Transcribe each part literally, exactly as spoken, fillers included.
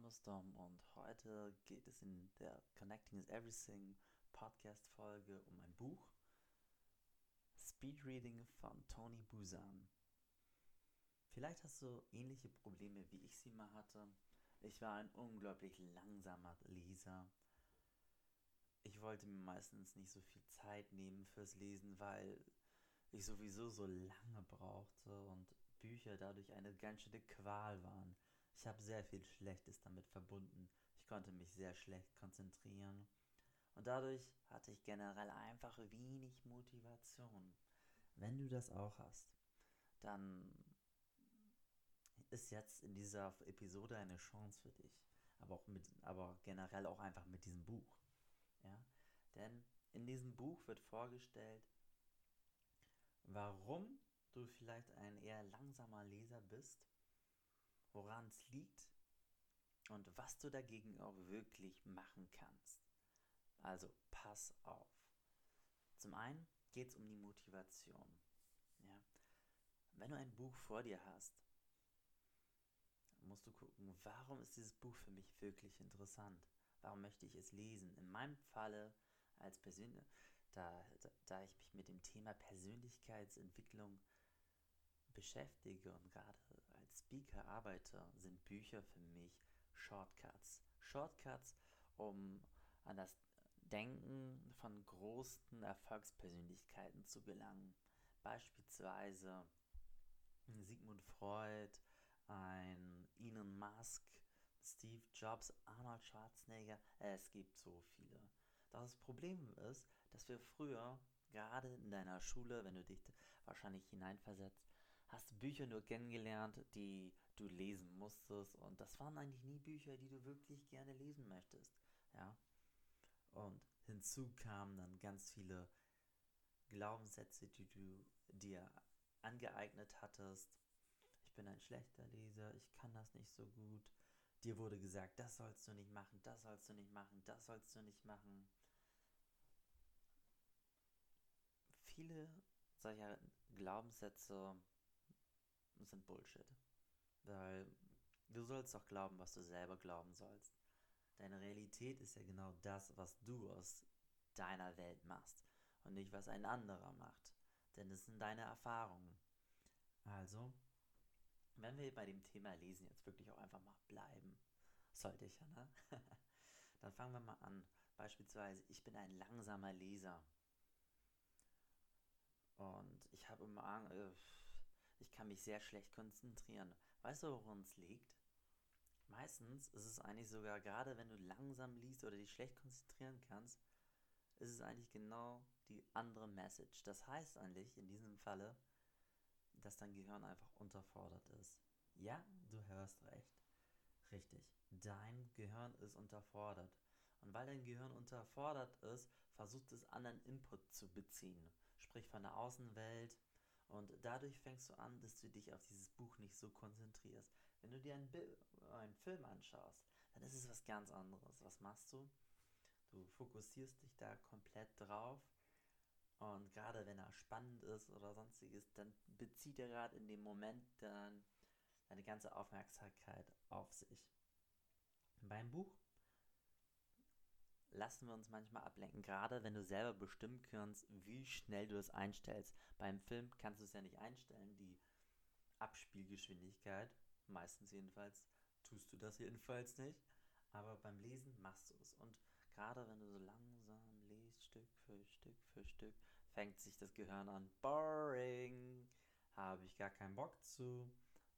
Name ist Dom und heute geht es in der Connecting is Everything Podcast Folge um ein Buch, Speedreading von Tony Buzan. Vielleicht hast du ähnliche Probleme wie ich sie mal hatte. Ich war ein unglaublich langsamer Leser. Ich wollte mir meistens nicht so viel Zeit nehmen fürs Lesen, weil ich sowieso so lange brauchte und Bücher dadurch eine ganz schöne Qual waren. Ich habe sehr viel Schlechtes damit verbunden. Ich konnte mich sehr schlecht konzentrieren und dadurch hatte ich generell einfach wenig Motivation. Wenn du das auch hast, dann ist jetzt in dieser Episode eine Chance für dich. Aber auch mit, aber generell auch einfach mit diesem Buch. Ja? Denn in diesem Buch wird vorgestellt, warum du vielleicht ein eher langsamer Leser bist, woran es liegt und was du dagegen auch wirklich machen kannst. Also pass auf. Zum einen geht es um die Motivation. Ja? Wenn du ein Buch vor dir hast, musst du gucken, warum ist dieses Buch für mich wirklich interessant? Warum möchte ich es lesen? In meinem Falle als Persönlich, da, da, da ich mich mit dem Thema Persönlichkeitsentwicklung beschäftige und gerade als Speaker arbeite, sind Bücher für mich Shortcuts. Shortcuts, um an das Denken von großen Erfolgspersönlichkeiten zu gelangen. Beispielsweise Sigmund Freud, ein Elon Musk, Steve Jobs, Arnold Schwarzenegger. Es gibt so viele. Das Problem ist, dass wir früher, gerade in deiner Schule, wenn du dich wahrscheinlich hineinversetzt, hast du Bücher nur kennengelernt, die du lesen musstest. Und das waren eigentlich nie Bücher, die du wirklich gerne lesen möchtest. Ja? Und hinzu kamen dann ganz viele Glaubenssätze, die du dir angeeignet hattest. Ich bin ein schlechter Leser, ich kann das nicht so gut. Dir wurde gesagt, das sollst du nicht machen, das sollst du nicht machen, das sollst du nicht machen. Viele solcher Glaubenssätze sind Bullshit. Weil du sollst doch glauben, was du selber glauben sollst. Deine Realität ist ja genau das, was du aus deiner Welt machst und nicht, was ein anderer macht. Denn es sind deine Erfahrungen. Also, wenn wir bei dem Thema Lesen jetzt wirklich auch einfach mal bleiben, sollte ich ja, ne? Dann fangen wir mal an. Beispielsweise, ich bin ein langsamer Leser und ich habe immer, äh, ich kann mich sehr schlecht konzentrieren. Weißt du, woran es liegt? Meistens ist es eigentlich sogar, gerade wenn du langsam liest oder dich schlecht konzentrieren kannst, ist es eigentlich genau die andere Message. Das heißt eigentlich in diesem Falle, dass dein Gehirn einfach unterfordert ist. Ja, du hörst recht. Richtig. Dein Gehirn ist unterfordert. Und weil dein Gehirn unterfordert ist, versucht es anderen Input zu beziehen. Sprich von der Außenwelt. Und dadurch fängst du an, dass du dich auf dieses Buch nicht so konzentrierst. Wenn du dir einen, Bil- einen Film anschaust, dann ist es was ganz anderes. Was machst du? Du fokussierst dich da komplett drauf. Und gerade wenn er spannend ist oder sonstiges, dann bezieht er gerade in dem Moment dann deine ganze Aufmerksamkeit auf sich. Beim Buch lassen wir uns manchmal ablenken, gerade wenn du selber bestimmen kannst, wie schnell du es einstellst. Beim Film kannst du es ja nicht einstellen, die Abspielgeschwindigkeit, meistens jedenfalls, tust du das jedenfalls nicht, aber beim Lesen machst du es. Und gerade wenn du so langsam liest, Stück für Stück für Stück, fängt sich das Gehirn an, boring, habe ich gar keinen Bock zu.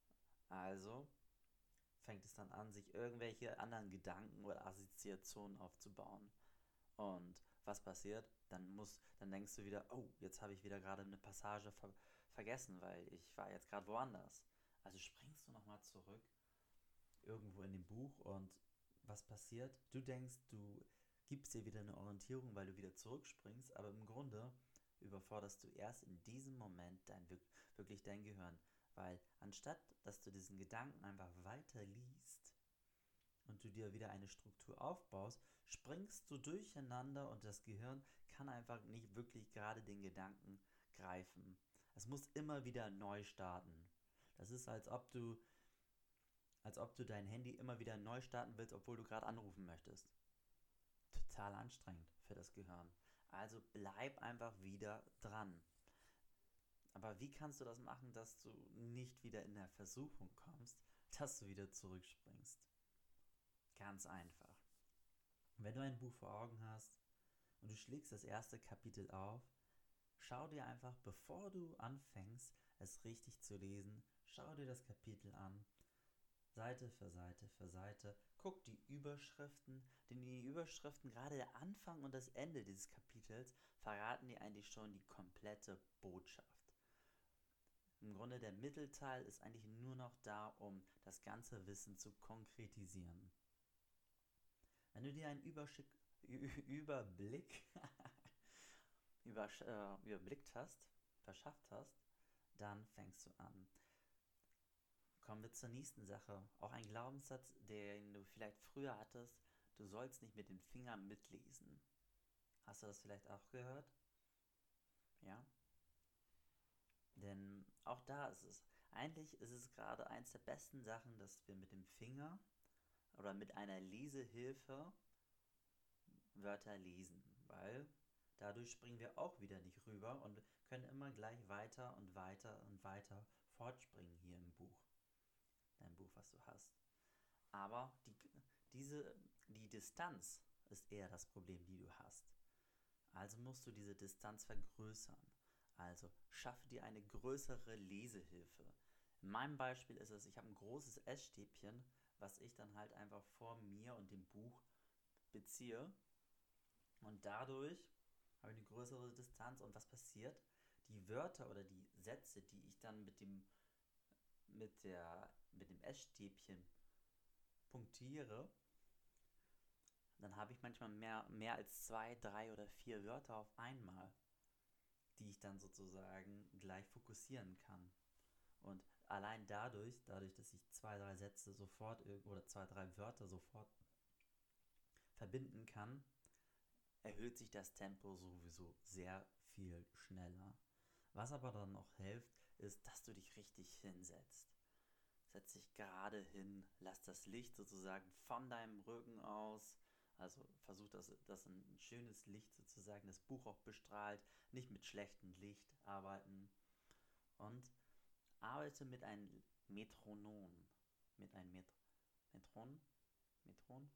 Also fängt es dann an, sich irgendwelche anderen Gedanken oder Assoziationen aufzubauen. Und was passiert? Dann muss, dann denkst du wieder, oh, jetzt habe ich wieder gerade eine Passage ver vergessen, weil ich war jetzt gerade woanders. Also springst du nochmal zurück irgendwo in dem Buch und was passiert? Du denkst, du gibst dir wieder eine Orientierung, weil du wieder zurückspringst, aber im Grunde überforderst du erst in diesem Moment dein, wirklich dein Gehirn. Weil anstatt, dass du diesen Gedanken einfach weiter liest, und du dir wieder eine Struktur aufbaust, springst du durcheinander und das Gehirn kann einfach nicht wirklich gerade den Gedanken greifen. Es muss immer wieder neu starten. Das ist, als ob du als ob du dein Handy immer wieder neu starten willst, obwohl du gerade anrufen möchtest. Total anstrengend für das Gehirn. Also bleib einfach wieder dran. Aber wie kannst du das machen, dass du nicht wieder in der Versuchung kommst, dass du wieder zurückspringst? Ganz einfach. Wenn du ein Buch vor Augen hast und du schlägst das erste Kapitel auf, schau dir einfach, bevor du anfängst, es richtig zu lesen, schau dir das Kapitel an, Seite für Seite für Seite, guck die Überschriften, denn die Überschriften, gerade der Anfang und das Ende dieses Kapitels, verraten dir eigentlich schon die komplette Botschaft. Im Grunde der Mittelteil ist eigentlich nur noch da, um das ganze Wissen zu konkretisieren. Wenn du dir einen Überschick, Überblick übersch, äh, überblickt hast, verschafft hast, dann fängst du an. Kommen wir zur nächsten Sache. Auch ein Glaubenssatz, den du vielleicht früher hattest, du sollst nicht mit den Fingern mitlesen. Hast du das vielleicht auch gehört? Ja? Denn auch da ist es, eigentlich ist es gerade eins der besten Sachen, dass wir mit dem Finger oder mit einer Lesehilfe Wörter lesen, weil dadurch springen wir auch wieder nicht rüber und können immer gleich weiter und weiter und weiter fortspringen hier im Buch, dein Buch, was du hast. Aber die, diese, die Distanz ist eher das Problem, die du hast. Also musst du diese Distanz vergrößern. Also schaffe dir eine größere Lesehilfe. In meinem Beispiel ist es, ich habe ein großes Essstäbchen, was ich dann halt einfach vor mir und dem Buch beziehe. Und dadurch habe ich eine größere Distanz. Und was passiert? Die Wörter oder die Sätze, die ich dann mit dem, mit der, mit dem Essstäbchen punktiere, dann habe ich manchmal mehr, mehr als zwei, drei oder vier Wörter auf einmal, die ich dann sozusagen gleich fokussieren kann. Und allein dadurch, dadurch, dass ich zwei, drei Sätze sofort oder zwei, drei Wörter sofort verbinden kann, erhöht sich das Tempo sowieso sehr viel schneller. Was aber dann noch hilft, ist, dass du dich richtig hinsetzt. Setz dich gerade hin, lass das Licht sozusagen von deinem Rücken aus, also versuch, dass, dass ein schönes Licht sozusagen das Buch auch bestrahlt, nicht mit schlechtem Licht arbeiten und arbeite mit einem Metronom, mit einem Met Metron, Metron,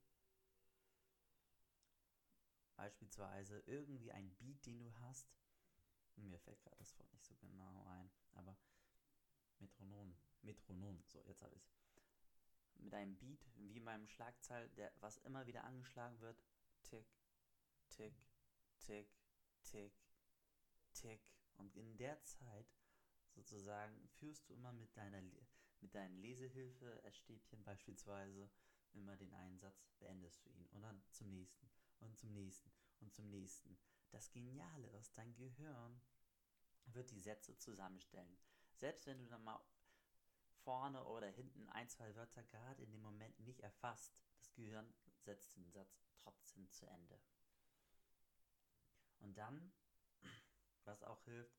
beispielsweise irgendwie ein Beat, den du hast. Mir fällt gerade das Wort nicht so genau ein, aber Metronom, Metronom, so jetzt habe ich es. Mit einem Beat, wie in meinem Schlagzeil, der, was immer wieder angeschlagen wird. Tick, tick, tick, tick, tick. Und in der Zeit sozusagen führst du immer mit deiner mit deinen Lesehilfe, Essstäbchen beispielsweise, immer den einen Satz, beendest du ihn. Und dann zum nächsten und zum nächsten und zum nächsten. Das Geniale ist, dein Gehirn wird die Sätze zusammenstellen. Selbst wenn du dann mal vorne oder hinten ein, zwei Wörter gerade in dem Moment nicht erfasst, das Gehirn setzt den Satz trotzdem zu Ende. Und dann, was auch hilft,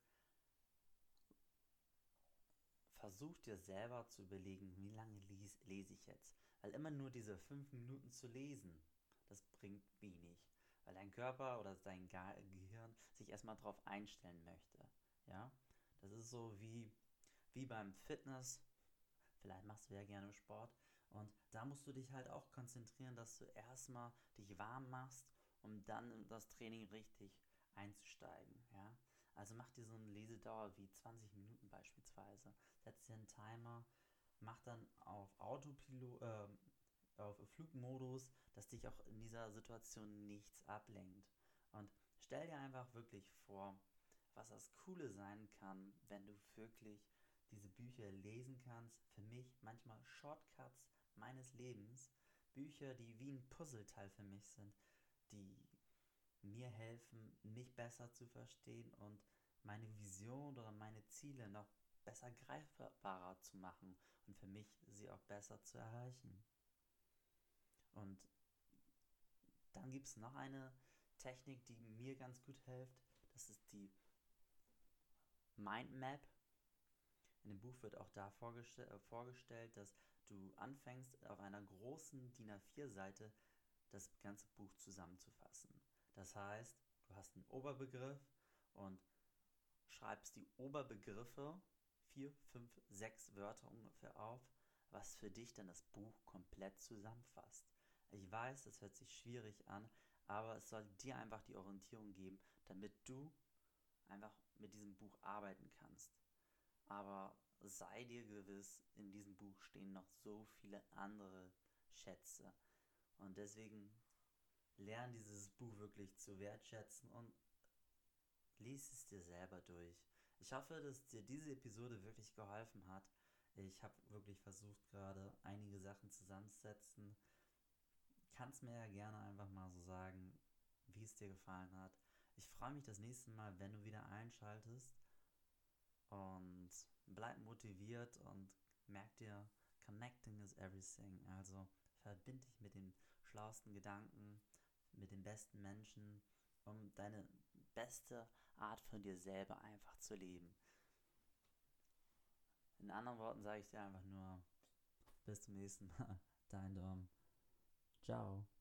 versuch dir selber zu überlegen, wie lange les, lese ich jetzt. Weil immer nur diese fünf Minuten zu lesen, das bringt wenig. Weil dein Körper oder dein Gehirn sich erstmal darauf einstellen möchte. Ja? Das ist so wie, wie beim Fitness. Vielleicht machst du ja gerne Sport. Und da musst du dich halt auch konzentrieren, dass du erstmal dich warm machst, um dann in das Training richtig einzusteigen. Ja? Also mach dir so eine Lesedauer wie zwanzig Minuten beispielsweise. Setz dir einen Timer, mach dann auf Autopilot, äh, auf Flugmodus, dass dich auch in dieser Situation nichts ablenkt. Und stell dir einfach wirklich vor, was das Coole sein kann, wenn du wirklich diese Bücher lesen kannst. Für mich manchmal Shortcuts meines Lebens. Bücher, die wie ein Puzzleteil für mich sind, die mir helfen, mich besser zu verstehen und meine Vision oder meine Ziele noch besser greifbarer zu machen und für mich sie auch besser zu erreichen. Und dann gibt es noch eine Technik, die mir ganz gut hilft. Das ist die Mindmap. In dem Buch wird auch da vorgestell, äh, vorgestellt, dass du anfängst auf einer großen D I N A vier Seite das ganze Buch zusammenzufassen. Das heißt, du hast einen Oberbegriff und schreibst die Oberbegriffe, vier, fünf, sechs Wörter ungefähr auf, was für dich dann das Buch komplett zusammenfasst. Ich weiß, es hört sich schwierig an, aber es soll dir einfach die Orientierung geben, damit du einfach mit diesem Buch arbeiten kannst. Aber sei dir gewiss, in diesem Buch stehen noch so viele andere Schätze. Und deswegen lern dieses Buch wirklich zu wertschätzen und lies es dir selber durch. Ich hoffe, dass dir diese Episode wirklich geholfen hat. Ich habe wirklich versucht, gerade einige Sachen zusammenzusetzen. Kannst mir ja gerne einfach mal so sagen, wie es dir gefallen hat. Ich freue mich das nächste Mal, wenn du wieder einschaltest. Und bleib motiviert und merk dir, connecting is everything. Also verbind dich mit den schlauesten Gedanken, mit den besten Menschen, um deine beste Art von dir selber einfach zu leben. In anderen Worten sage ich dir einfach nur, bis zum nächsten Mal. Dein Dom. Ciao.